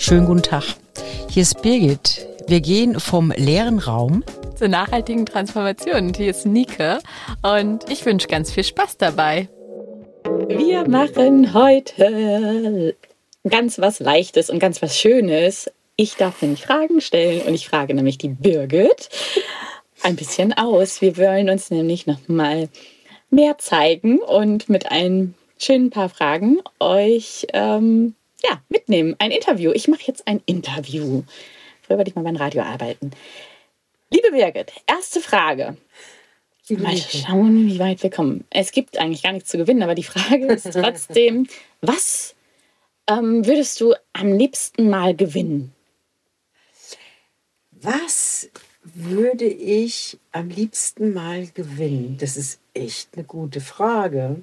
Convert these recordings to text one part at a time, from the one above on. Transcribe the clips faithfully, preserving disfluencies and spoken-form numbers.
Schönen guten Tag. Hier ist Birgit. Wir gehen vom leeren Raum zur nachhaltigen Transformation. Und hier ist Nike und ich wünsche ganz viel Spaß dabei. Wir machen heute ganz was Leichtes und ganz was Schönes. Ich darf nämlich Fragen stellen und ich frage nämlich die Birgit ein bisschen aus. Wir wollen uns nämlich noch mal mehr zeigen und mit ein schönen paar Fragen euch ähm, ja, mitnehmen. Ein Interview. Ich mache jetzt ein Interview. Früher wollte ich mal beim Radio arbeiten. Liebe Birgit, erste Frage. Mal schauen, wie weit wir kommen. Es gibt eigentlich gar nichts zu gewinnen, aber die Frage ist trotzdem, was ähm, würdest du am liebsten mal gewinnen? Was würde ich am liebsten mal gewinnen? Das ist echt eine gute Frage.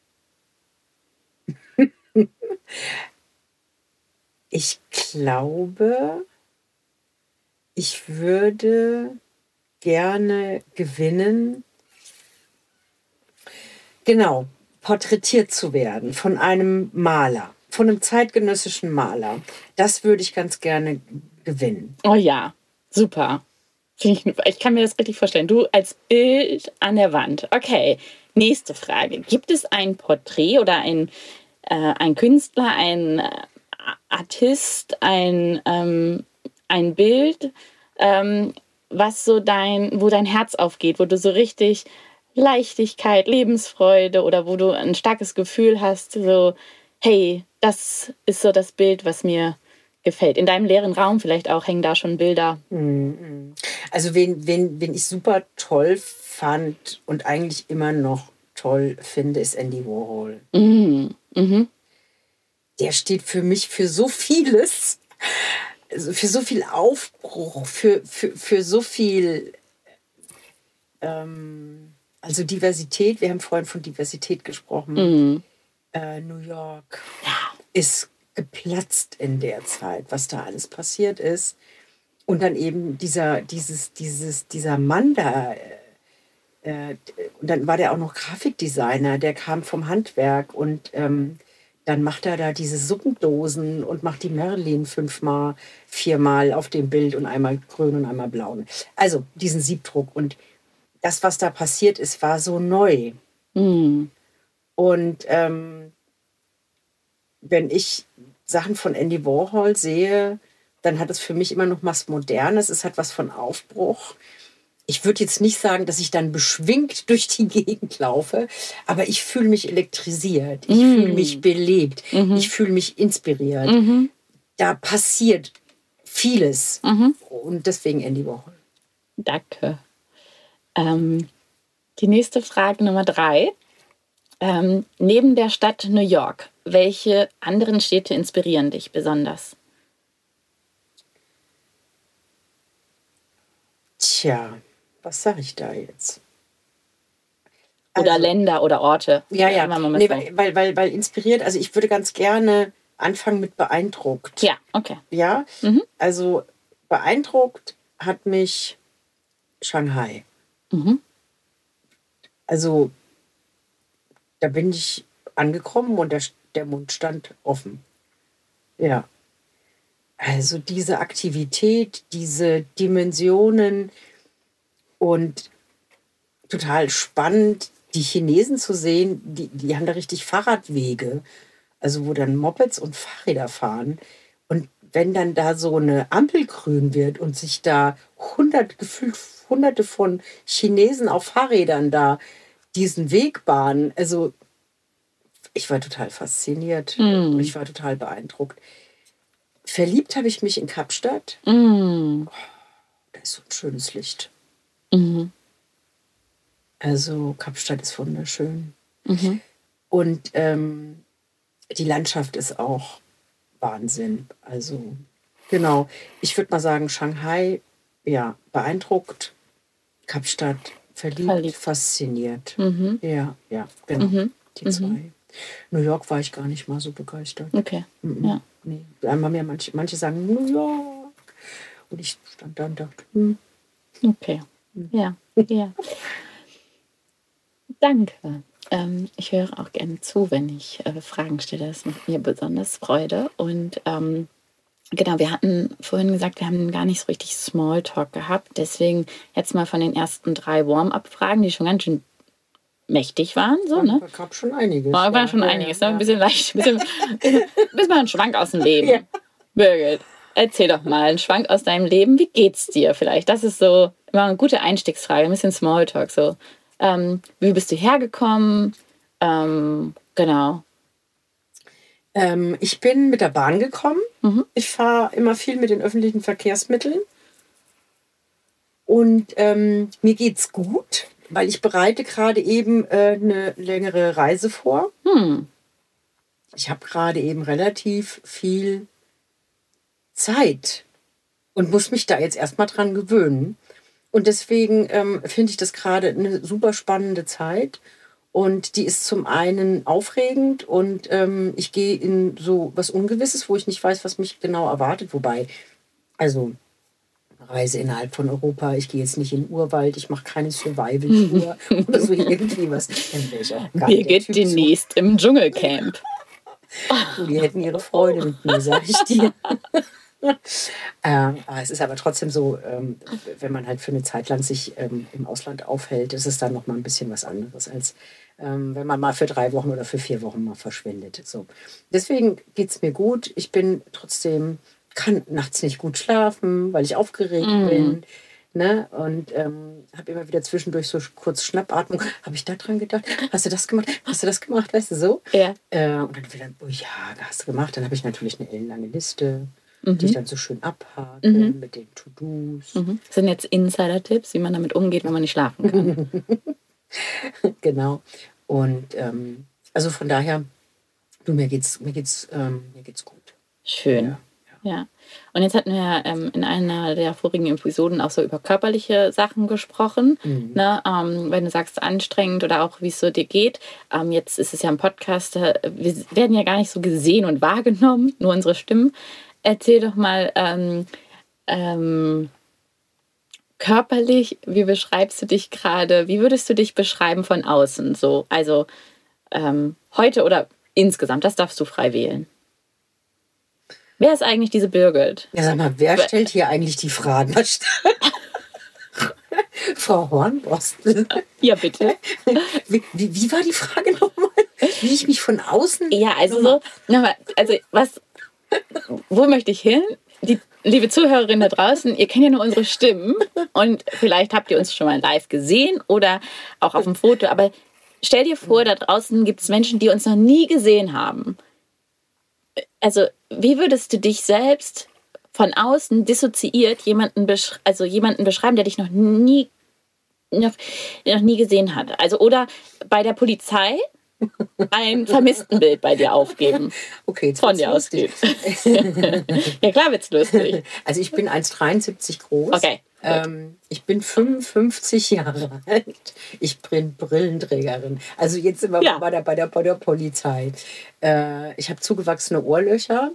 Ich glaube, ich würde gerne gewinnen, genau, porträtiert zu werden von einem Maler, von einem zeitgenössischen Maler. Das würde ich ganz gerne gewinnen. Oh ja, super. Ich, ich kann mir das richtig vorstellen. Du als Bild an der Wand. Okay, nächste Frage. Gibt es ein Porträt oder ein, äh, ein Künstler, ein äh, Artist, ein, ähm, ein Bild, ähm, was so dein, wo dein Herz aufgeht, wo du so richtig Leichtigkeit, Lebensfreude oder wo du ein starkes Gefühl hast, so, hey, das ist so das Bild, was mir gefällt. In deinem leeren Raum vielleicht auch hängen da schon Bilder. Also wen, wen, wen ich super toll fand und eigentlich immer noch toll finde, ist Andy Warhol. Mhm. Mhm. Der steht für mich für so vieles, also für so viel Aufbruch, für, für, für so viel ähm, also Diversität. Wir haben vorhin von Diversität gesprochen. Mhm. Äh, New York ist geplatzt in der Zeit, was da alles passiert ist. Und dann eben dieser, dieses, dieses, dieser Mann da, äh, und dann war der auch noch Grafikdesigner, der kam vom Handwerk und ähm, dann macht er da diese Suppendosen und macht die Marilyn fünfmal, viermal auf dem Bild und einmal grün und einmal blau. Also diesen Siebdruck. Und das, was da passiert ist, war so neu. Mhm. Und ähm, wenn ich Sachen von Andy Warhol sehe, dann hat es für mich immer noch was Modernes. Es hat was von Aufbruch. Ich würde jetzt nicht sagen, dass ich dann beschwingt durch die Gegend laufe, aber ich fühle mich elektrisiert. Ich mm. fühle mich belebt. Mm-hmm. Ich fühle mich inspiriert. Mm-hmm. Da passiert vieles. Mm-hmm. Und deswegen Andy Warhol. Danke. Ähm, die nächste Frage Nummer drei. Ähm, neben der Stadt New York, welche anderen Städte inspirieren dich besonders? Tja, was sage ich da jetzt? Oder also, Länder oder Orte. Ja, ja, nee, weil, weil, weil inspiriert, also ich würde ganz gerne anfangen mit beeindruckt. Ja, okay. Ja, mhm. Also beeindruckt hat mich Shanghai. Mhm. Also da bin ich angekommen und der, der Mund stand offen. Ja. Also diese Aktivität, diese Dimensionen und total spannend, die Chinesen zu sehen, die, die haben da richtig Fahrradwege, also wo dann Mopeds und Fahrräder fahren. Und wenn dann da so eine Ampel grün wird und sich da hundert, gefühlt hunderte von Chinesen auf Fahrrädern da diesen Weg bahnen, also ich war total fasziniert. Mm. Ich war total beeindruckt. Verliebt habe ich mich in Kapstadt. Mm. Oh, da ist so ein schönes Licht. Mhm. Also Kapstadt ist wunderschön. Mhm. Und ähm, die Landschaft ist auch Wahnsinn. Also genau, ich würde mal sagen, Shanghai, ja, beeindruckt. Kapstadt, verliebt, verliebt. Fasziniert. Mhm. Ja, ja, genau, mhm. die zwei. Mhm. New York war ich gar nicht mal so begeistert. Okay, mhm. ja. Nee. Einmal mehr, manche, manche sagen New York. Und ich stand da und dachte, hm. Okay, hm. ja, ja. Danke. Ähm, ich höre auch gerne zu, wenn ich äh, Fragen stelle. Das macht mir besonders Freude. Und ähm, Genau, wir hatten vorhin gesagt, wir haben gar nicht so richtig Smalltalk gehabt. Deswegen jetzt mal von den ersten drei Warm-up-Fragen, die schon ganz schön mächtig waren. So, ne? Da gab schon einiges. War, war ja. schon Ja, einiges, ja, ne? Ein bisschen leicht, ein bisschen, bisschen mal ein Schwank aus dem Leben. Ja. Birgit, erzähl doch mal, ein Schwank aus deinem Leben. Wie geht's dir vielleicht? Das ist so immer eine gute Einstiegsfrage, ein bisschen Smalltalk. So. Ähm, wie bist du hergekommen? Ähm, genau. Ähm, ich bin mit der Bahn gekommen. Mhm. Ich fahre immer viel mit den öffentlichen Verkehrsmitteln. Und ähm, mir geht's gut, weil ich bereite gerade eben äh, eine längere Reise vor. Hm. Ich habe gerade eben relativ viel Zeit und muss mich da jetzt erstmal dran gewöhnen. Und deswegen ähm, finde ich das gerade eine super spannende Zeit. Und die ist zum einen aufregend und ähm, ich gehe in so was Ungewisses, wo ich nicht weiß, was mich genau erwartet. Wobei, also Reise innerhalb von Europa, ich gehe jetzt nicht in den Urwald, ich mache keine Survival-Tour oder so irgendwie was. Dann wäre ich auch gar nicht der Birgit Typ zu. demnächst im Dschungelcamp. Du, die hätten ihre Freude mit mir, sag ich dir. ähm, aber es ist aber trotzdem so, ähm, wenn man halt für eine Zeit lang sich ähm, im Ausland aufhält, ist es dann noch mal ein bisschen was anderes, als ähm, wenn man mal für drei Wochen oder für vier Wochen mal verschwindet. So. Deswegen geht es mir gut. Ich bin trotzdem, kann nachts nicht gut schlafen, weil ich aufgeregt Mm. bin. Ne? Und ähm, habe immer wieder zwischendurch so kurz Schnappatmung. Habe ich da dran gedacht? Hast du das gemacht? Hast du das gemacht? Weißt du, so? Ja. Äh, und dann wieder, oh ja, hast du gemacht. Dann habe ich natürlich eine ellenlange Liste, Mhm. die ich dann so schön abhake Mhm. mit den To-Dos. Mhm. Das sind jetzt Insider-Tipps, wie man damit umgeht, wenn man nicht schlafen kann. Genau. Und ähm, also von daher, du, mir geht's, mir geht's, ähm, mir geht's gut. Schön. Ja, Ja. Und jetzt hatten wir ähm, in einer der vorigen Episoden auch so über körperliche Sachen gesprochen. Mhm. Ne? Ähm, wenn du sagst, anstrengend oder auch, wie es so dir geht. Ähm, jetzt ist es ja ein Podcast, äh, wir werden ja gar nicht so gesehen und wahrgenommen, nur unsere Stimmen. Erzähl doch mal ähm, ähm, körperlich, wie beschreibst du dich gerade? Wie würdest du dich beschreiben von außen? So, also ähm, heute oder insgesamt, das darfst du frei wählen. Wer ist eigentlich diese Birgit? Ja, sag mal, wer stellt hier eigentlich die Fragen? Frau Hornbostel. Ja, bitte. Wie, wie, wie war die Frage nochmal? Wie ich mich von außen... Ja, also so, nochmal, also was, wo möchte ich hin? Die liebe Zuhörerinnen da draußen, ihr kennt ja nur unsere Stimmen und vielleicht habt ihr uns schon mal live gesehen oder auch auf dem Foto, aber stell dir vor, da draußen gibt es Menschen, die uns noch nie gesehen haben. Also, wie würdest du dich selbst von außen dissoziiert jemanden, besch- also jemanden beschreiben, der dich noch nie, noch, noch nie gesehen hat? Also, oder bei der Polizei ein Vermisstenbild bei dir aufgeben. Okay, jetzt Von wird's dir lustig. ausgeht. Ja, klar wird's lustig. Also ich bin eins Komma dreiundsiebzig groß. Okay, gut. Ähm, ich bin fünfundfünfzig Jahre alt. Ich bin Brillenträgerin. Also jetzt sind wir Ja. bei, der, bei, der, bei der Polizei. Äh, ich habe zugewachsene Ohrlöcher.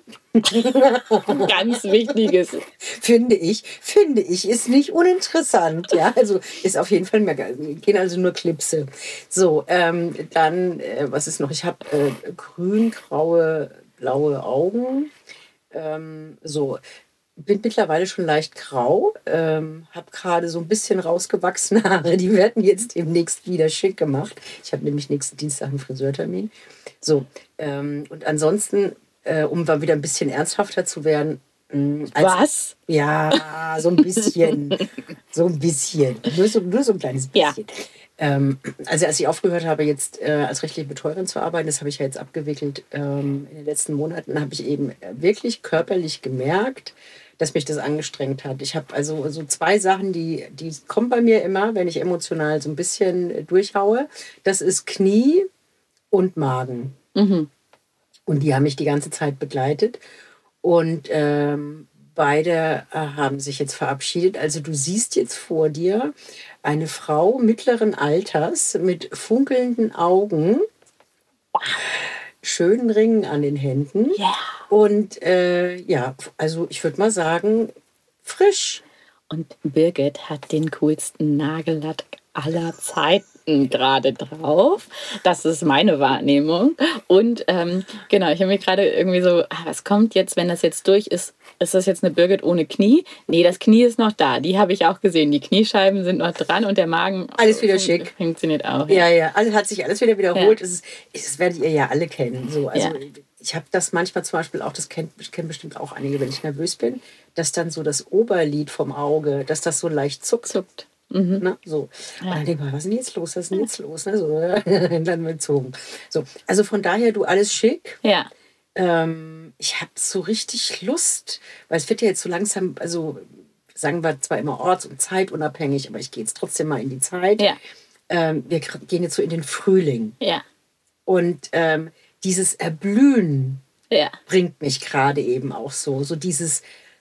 Ganz wichtiges. Finde ich, finde ich, ist nicht uninteressant. Ja, also ist auf jeden Fall mehr, gehen also nur Klipse. So, ähm, dann, äh, was ist noch? Ich habe äh, grün-graue, blaue Augen. Ähm, so, bin mittlerweile schon leicht grau, ähm, habe gerade so ein bisschen rausgewachsene Haare. Die werden jetzt demnächst wieder schick gemacht. Ich habe nämlich nächsten Dienstag einen Friseurtermin. So, ähm, und ansonsten, äh, um mal wieder ein bisschen ernsthafter zu werden. mh, als- Was? Ja, so ein bisschen. so ein bisschen. Nur so, nur so ein kleines Ja. bisschen. Ähm, also als ich aufgehört habe, jetzt äh, als rechtliche Betreuerin zu arbeiten, das habe ich ja jetzt abgewickelt ähm, in den letzten Monaten, habe ich eben wirklich körperlich gemerkt, dass mich das angestrengt hat. Ich habe also so zwei Sachen, die, die kommen bei mir immer, wenn ich emotional so ein bisschen äh, durchhaue. Das ist Knie und Magen. Mhm. Und die haben mich die ganze Zeit begleitet. Und ähm, beide äh, haben sich jetzt verabschiedet. Also du siehst jetzt vor dir eine Frau mittleren Alters mit funkelnden Augen, schönen Ringen an den Händen. Ja. Und äh, ja, also ich würde mal sagen, frisch. Und Birgit hat den coolsten Nagellack aller Zeiten. Minuten gerade drauf. Das ist meine Wahrnehmung. Und ähm, genau, ich habe mir gerade irgendwie so, ah, was kommt jetzt, wenn das jetzt durch ist? Ist das jetzt eine Birgit ohne Knie? Nee, das Knie ist noch da. Die habe ich auch gesehen. Die Kniescheiben sind noch dran und der Magen Alles wieder schick. Funktioniert auch. Ja, ja, alles hat sich alles wieder wiederholt. Ja. Das, ist, das werdet ihr ja alle kennen. So, also Ja. ich habe das manchmal zum Beispiel auch, das kennen kenn bestimmt auch einige, wenn ich nervös bin, dass dann so das Oberlid vom Auge, dass das so leicht zuckt. Zuckt. Ne? So. Ja. Und dann denkt man, was ist denn jetzt los? Was ist denn jetzt los? Ne? So, dann bezogen. So. Also von daher, du alles schick. Ja. Ähm, ich habe so richtig Lust, weil es wird ja jetzt so langsam, also sagen wir zwar immer orts- und zeitunabhängig, aber ich gehe jetzt trotzdem mal in die Zeit. Ja. Ähm, wir kr- gehen jetzt so in den Frühling. Ja. Und ähm, dieses Erblühen Ja. bringt mich gerade eben auch so. So dieses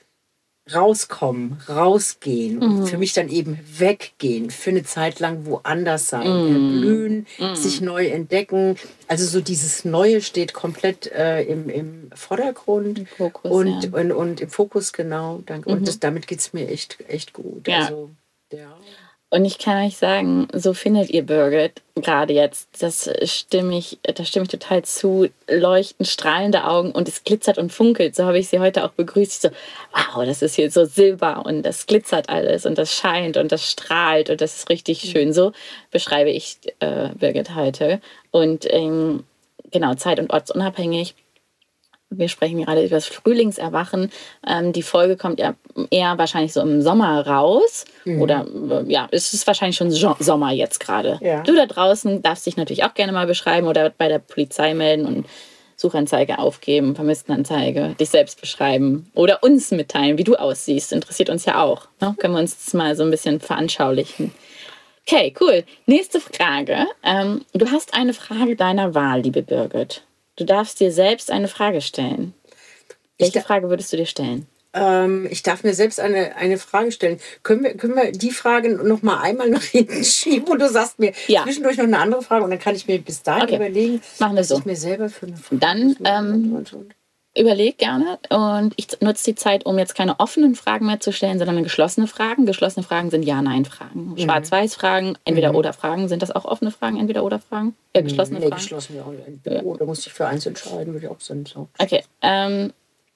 Rauskommen, rausgehen. Und für mich dann eben weggehen. Für eine Zeit lang woanders sein. Erblühen, sich neu entdecken. Also so dieses Neue steht komplett äh, im, im Vordergrund. Im Fokus, und, ja. und, und im Fokus, genau. Danke. Und das, damit geht es mir echt, echt gut. Ja. Also, ja. Und ich kann euch sagen, so findet ihr Birgit gerade jetzt. Das stimme ich, da stimme ich total zu. Leuchten, strahlende Augen und es glitzert und funkelt. So habe ich sie heute auch begrüßt. Ich so, wow, das ist hier so Silber und das glitzert alles und das scheint und das strahlt und das ist richtig schön. So beschreibe ich äh, Birgit heute. Und ähm, genau, zeit- und ortsunabhängig. Wir sprechen gerade über das Frühlingserwachen. Ähm, die Folge kommt ja eher wahrscheinlich so im Sommer raus. Mhm. Oder äh, ja, es ist wahrscheinlich schon Jo- Sommer jetzt gerade. Ja. Du da draußen darfst dich natürlich auch gerne mal beschreiben oder bei der Polizei melden und Suchanzeige aufgeben, Vermisstenanzeige, dich selbst beschreiben oder uns mitteilen, wie du aussiehst. Interessiert uns ja auch. Ne? Können wir uns das mal so ein bisschen veranschaulichen. Okay, cool. Nächste Frage. Ähm, du hast eine Frage deiner Wahl, liebe Birgit. Du darfst dir selbst eine Frage stellen. Welche da- Frage würdest du dir stellen? Ähm, ich darf mir selbst eine, eine Frage stellen. Können wir, können wir die Frage noch mal einmal nach hinten schieben und du sagst mir Ja. zwischendurch noch eine andere Frage und dann kann ich mir bis dahin Okay. überlegen, Machen wir was so. ich mir selber für eine Frage Dann, ähm, und, und. Überleg gerne und ich nutze die Zeit, um jetzt keine offenen Fragen mehr zu stellen, sondern geschlossene Fragen. Geschlossene Fragen sind Ja-Nein-Fragen. Schwarz-Weiß-Fragen, Entweder-Oder-Fragen. Sind das auch offene Fragen, Entweder-Oder-Fragen? Ja, geschlossene Nee, Fragen. geschlossen, ja. Oh, da musste ich für eins entscheiden, würde ich auch sagen. So. Okay. Ähm,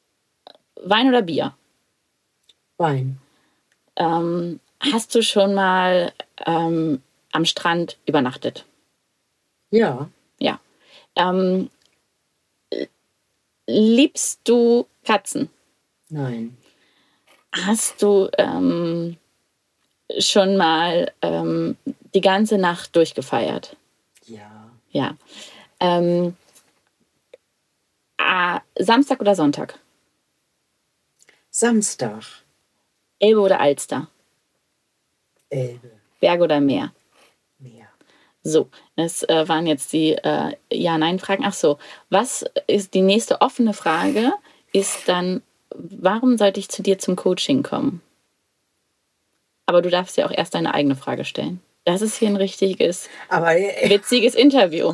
Wein oder Bier? Wein. Ähm, hast du schon mal ähm, am Strand übernachtet? Ja. Ja. Ähm, liebst du Katzen? Nein. Hast du ähm, schon mal ähm, die ganze Nacht durchgefeiert? Ja. Ja. Ähm, ah, Samstag oder Sonntag? Samstag. Elbe oder Alster? Elbe. Berg oder Meer? Meer. So, das äh, waren jetzt die äh, Ja-Nein-Fragen. Ach so, was ist die nächste offene Frage? Ist dann, warum sollte ich zu dir zum Coaching kommen? Aber du darfst ja auch erst deine eigene Frage stellen. Das ist hier ein richtiges, Aber äh, witziges Interview.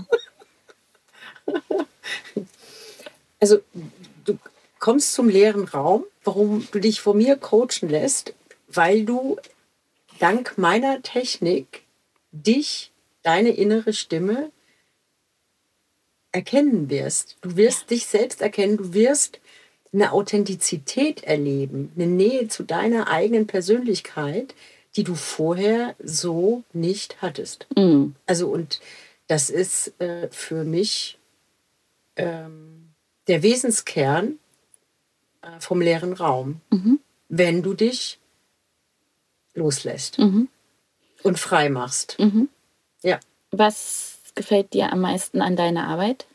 also du kommst zum leeren Raum, warum du dich von mir coachen lässt, weil du dank meiner Technik dich, deine innere Stimme erkennen wirst. Du wirst dich selbst erkennen, du wirst eine Authentizität erleben, eine Nähe zu deiner eigenen Persönlichkeit, die du vorher so nicht hattest. Mm. Also und das ist äh, für mich ähm, der Wesenskern äh, vom leeren Raum, Mhm. wenn du dich loslässt Mhm. und frei machst. Mhm. Ja. Was gefällt dir am meisten an deiner Arbeit?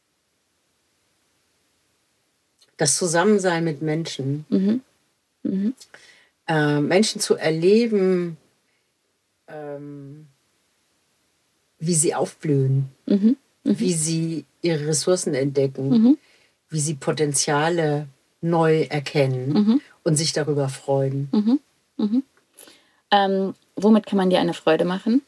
Das Zusammensein mit Menschen. Mhm. Mhm. Äh, Menschen zu erleben, ähm, wie sie aufblühen, Mhm. wie sie ihre Ressourcen entdecken, Mhm. wie sie Potenziale neu erkennen Mhm. und sich darüber freuen. Mhm. Mhm. Ähm, womit kann man dir eine Freude machen?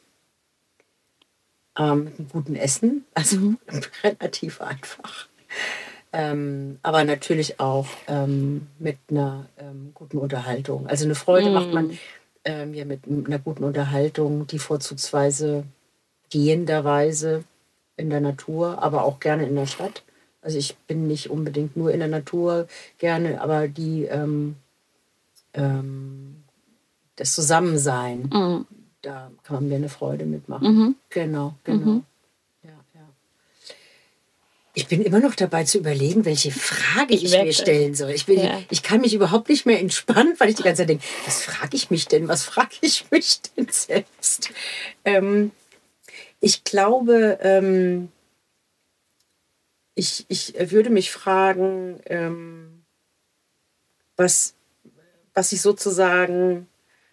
Ähm, mit einem guten Essen, also Mhm. relativ einfach. Ähm, aber natürlich auch ähm, mit einer ähm, guten Unterhaltung. Also eine Freude Mm. macht man ähm, ja mit einer guten Unterhaltung, die vorzugsweise gehenderweise in der Natur, aber auch gerne in der Stadt. Also ich bin nicht unbedingt nur in der Natur gerne, aber die ähm, ähm, das Zusammensein, Mhm. da kann man mir eine Freude mitmachen. Mhm. Genau, genau. Mhm. Ja, ja. Ich bin immer noch dabei zu überlegen, welche Frage Ich ich, merke mir es. stellen soll. Ich, bin, Ja. ich kann mich überhaupt nicht mehr entspannen, weil ich die ganze Zeit denke, was frage ich mich denn? Was frage ich mich denn selbst? Ähm, ich glaube, ähm, ich, ich würde mich fragen, ähm, was, was ich sozusagen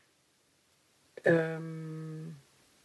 ähm,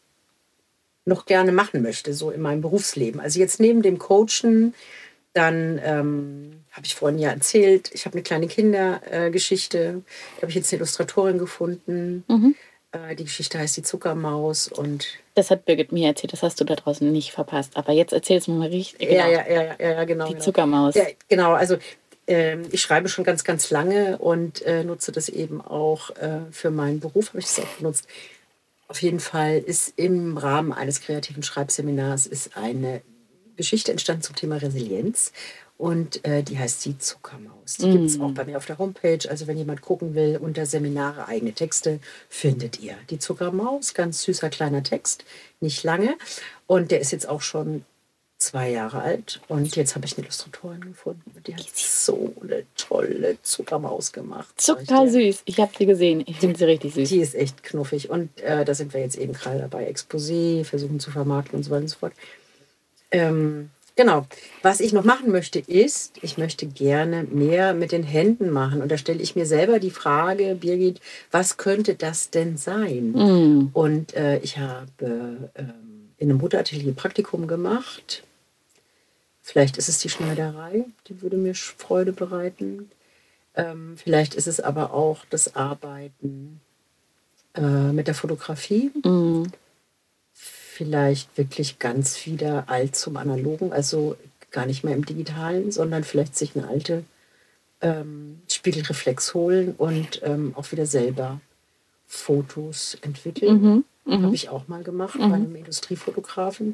noch gerne machen möchte, so in meinem Berufsleben. Also jetzt neben dem Coachen, dann ähm, habe ich vorhin ja erzählt, ich habe eine kleine Kindergeschichte, da habe ich jetzt eine Illustratorin gefunden. Mhm. Äh, die Geschichte heißt Die Zuckermaus und Das hat Birgit mir erzählt, das hast du da draußen nicht verpasst. Aber jetzt erzähl es mir mal richtig. ja, ja, ja, ja, ja, genau. Die genau. Zuckermaus. Ja, genau, also ähm, ich schreibe schon ganz, ganz lange und äh, nutze das eben auch äh, für meinen Beruf, habe ich das auch benutzt. Auf jeden Fall ist im Rahmen eines kreativen Schreibseminars ist eine Geschichte entstanden zum Thema Resilienz und äh, die heißt Die Zuckermaus. Die gibt es auch bei mir auf der Homepage. Also wenn jemand gucken will, unter Seminare, eigene Texte, findet ihr Die Zuckermaus. Ganz süßer kleiner Text, nicht lange. Und der ist jetzt auch schon zwei Jahre alt. Und jetzt habe ich eine Illustratorin gefunden. Die hat so eine tolle Zuckermaus gemacht. sag ich dir. Zuckersüß. Ich habe sie gesehen. Ich finde sie richtig süß. Die ist echt knuffig. Und äh, da sind wir jetzt eben gerade dabei. Exposé, versuchen zu vermarkten und so weiter und so fort. Ähm, genau. Was ich noch machen möchte, ist, ich möchte gerne mehr mit den Händen machen. Und da stelle ich mir selber die Frage, Birgit, was könnte das denn sein? Mm. Und äh, ich habe ähm, in einem Mutteratelier Praktikum gemacht. Vielleicht ist es die Schneiderei, die würde mir Freude bereiten. Ähm, vielleicht ist es aber auch das Arbeiten äh, mit der Fotografie. Mm. Vielleicht wirklich ganz wieder alt zum Analogen, also gar nicht mehr im Digitalen, sondern vielleicht sich eine alte ähm, Spiegelreflex holen und ähm, auch wieder selber Fotos entwickeln. Mhm. Habe ich auch mal gemacht bei einem Industriefotografen.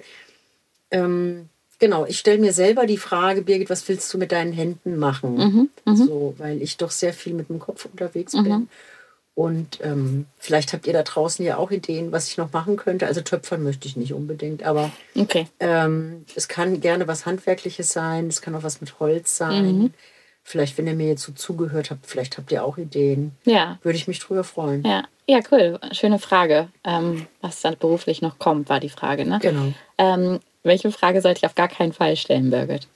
Ähm, genau, ich stelle mir selber die Frage, Birgit, was willst du mit deinen Händen machen? Mhm. So, weil ich doch sehr viel mit dem Kopf unterwegs bin. Und ähm, vielleicht habt ihr da draußen ja auch Ideen, was ich noch machen könnte. Also töpfern möchte ich nicht unbedingt, aber Okay. ähm, es kann gerne was Handwerkliches sein, es kann auch was mit Holz sein. Mhm. Vielleicht, wenn ihr mir jetzt so zugehört habt, vielleicht habt ihr auch Ideen. Ja. Würde ich mich drüber freuen. Ja. Ja, cool. Schöne Frage. Ähm, was dann beruflich noch kommt, war die Frage, ne? Genau. Ähm, welche Frage sollte ich auf gar keinen Fall stellen, Birgit?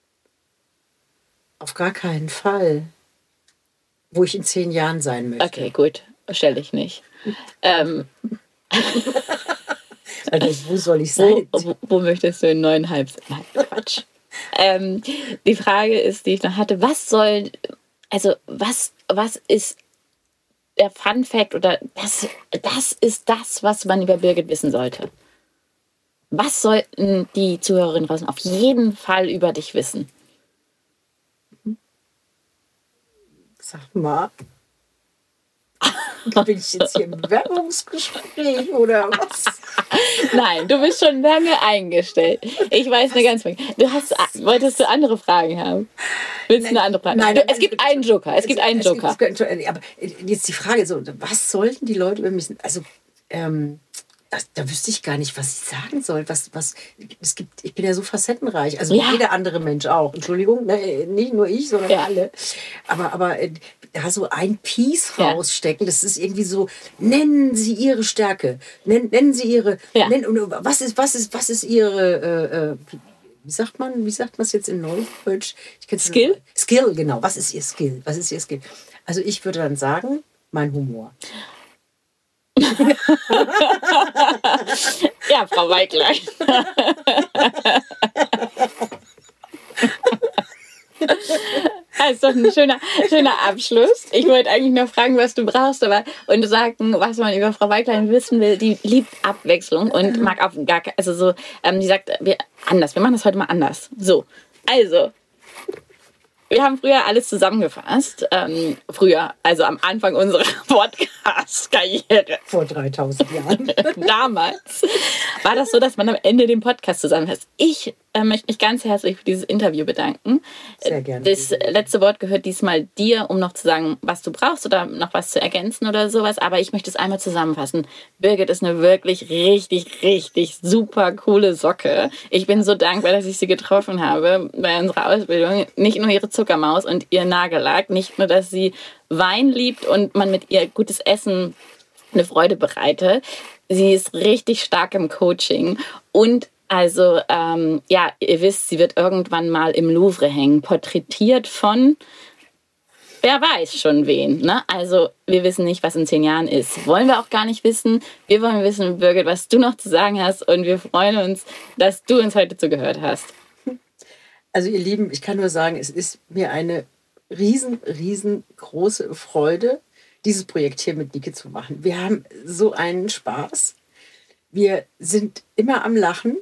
Auf gar keinen Fall. Wo ich in zehn Jahren sein möchte. Okay, gut. Stelle ich nicht. Ähm, Also, wo soll ich wo, sein? wo, wo möchtest du in neuneinhalb sein? Nein, Quatsch. ähm, die Frage ist, die ich noch hatte, was soll, also was, was ist der Fun Fact oder das, das ist das, was man über Birgit wissen sollte? Was sollten die Zuhörerinnen draußen auf jeden Fall über dich wissen? Sag mal. Bin ich jetzt hier im Bewerbungsgespräch oder was? Nein, du bist schon lange eingestellt. Ich weiß eine ganze Menge. Du hast, wolltest du andere Fragen haben? Willst du eine andere Frage? Nein, du, nein, es gibt einen Joker. Es gibt einen es Joker. Gibt, aber jetzt die Frage so, was sollten die Leute über mich, also ähm, das, da wüsste ich gar nicht, was ich sagen soll. Was, was, es gibt, ich bin ja so facettenreich, also Ja. jeder andere Mensch auch. Entschuldigung, ne, nicht nur ich, sondern Ja. alle. Aber, aber äh, da so ein Piece Ja. rausstecken, das ist irgendwie so, nennen Sie Ihre Stärke, nennen, nennen Sie Ihre, Ja. nennen, und was ist, was ist, was ist Ihre, äh, äh, wie sagt man, wie sagt man es jetzt in Neudeutsch? Ich kenn's Skill? nur- Skill, genau. Was ist Ihr Skill? Was ist Ihr Skill? Also ich würde dann sagen, mein Humor. Ja, Frau Weiglein. Das ist doch ein schöner, schöner Abschluss. Ich wollte eigentlich noch fragen, was du brauchst, aber und sagen, was man über Frau Weiglein wissen will, die liebt Abwechslung und mag auf gar keine, also so, ähm, die sagt, wir anders, wir machen das heute mal anders. So, also, Wir haben früher alles zusammengefasst. Ähm, früher, also am Anfang unserer Podcast-Karriere. Vor dreitausend Jahren. Damals war das so, dass man am Ende den Podcast zusammenfasst. Ich äh, möchte mich ganz herzlich für dieses Interview bedanken. Sehr gerne. Das letzte Wort gehört diesmal dir, um noch zu sagen, was du brauchst oder noch was zu ergänzen oder sowas. Aber ich möchte es einmal zusammenfassen. Birgit ist eine wirklich richtig, richtig super coole Socke. Ich bin so dankbar, dass ich sie getroffen habe bei unserer Ausbildung. Nicht nur ihre Zuckermaus und ihr Nagellack, nicht nur, dass sie Wein liebt und man mit ihr gutes Essen eine Freude bereitet. Sie ist richtig stark im Coaching und also, ähm, ja, ihr wisst, sie wird irgendwann mal im Louvre hängen, porträtiert von, wer weiß schon wen, ne? Also, wir wissen nicht, was in zehn Jahren ist. Wollen wir auch gar nicht wissen. Wir wollen wissen, Birgit, was du noch zu sagen hast und wir freuen uns, dass du uns heute zugehört hast. Also, ihr Lieben, ich kann nur sagen, es ist mir eine riesen, riesengroße Freude, dieses Projekt hier mit Nike zu machen. Wir haben so einen Spaß. Wir sind immer am Lachen.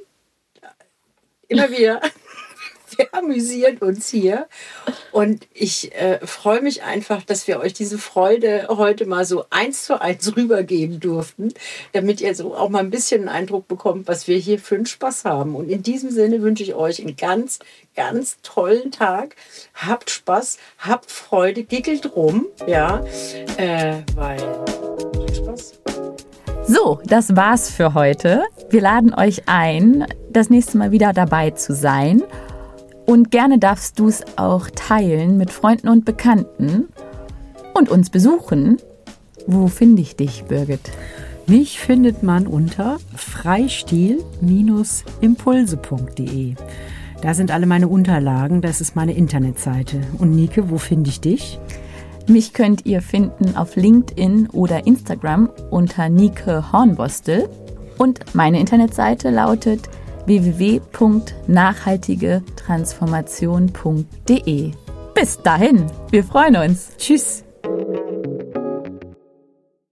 Immer wieder. Wir amüsieren uns hier. Und ich äh, freue mich einfach, dass wir euch diese Freude heute mal so eins zu eins rübergeben durften, damit ihr so auch mal ein bisschen einen Eindruck bekommt, was wir hier für einen Spaß haben. Und in diesem Sinne wünsche ich euch einen ganz, ganz tollen Tag. Habt Spaß, habt Freude, gickelt rum, ja, äh, weil macht Spaß. So, das war's für heute. Wir laden euch ein, das nächste Mal wieder dabei zu sein. Und gerne darfst du es auch teilen mit Freunden und Bekannten und uns besuchen. Wo finde ich dich, Birgit? Mich findet man unter freistil Bindestrich impulse punkt de. Da sind alle meine Unterlagen, das ist meine Internetseite. Und Nike, wo finde ich dich? Mich könnt ihr finden auf LinkedIn oder Instagram unter Nike Hornbostel. Und meine Internetseite lautet w w w punkt nachhaltige transformation punkt de. Bis dahin, wir freuen uns. Tschüss.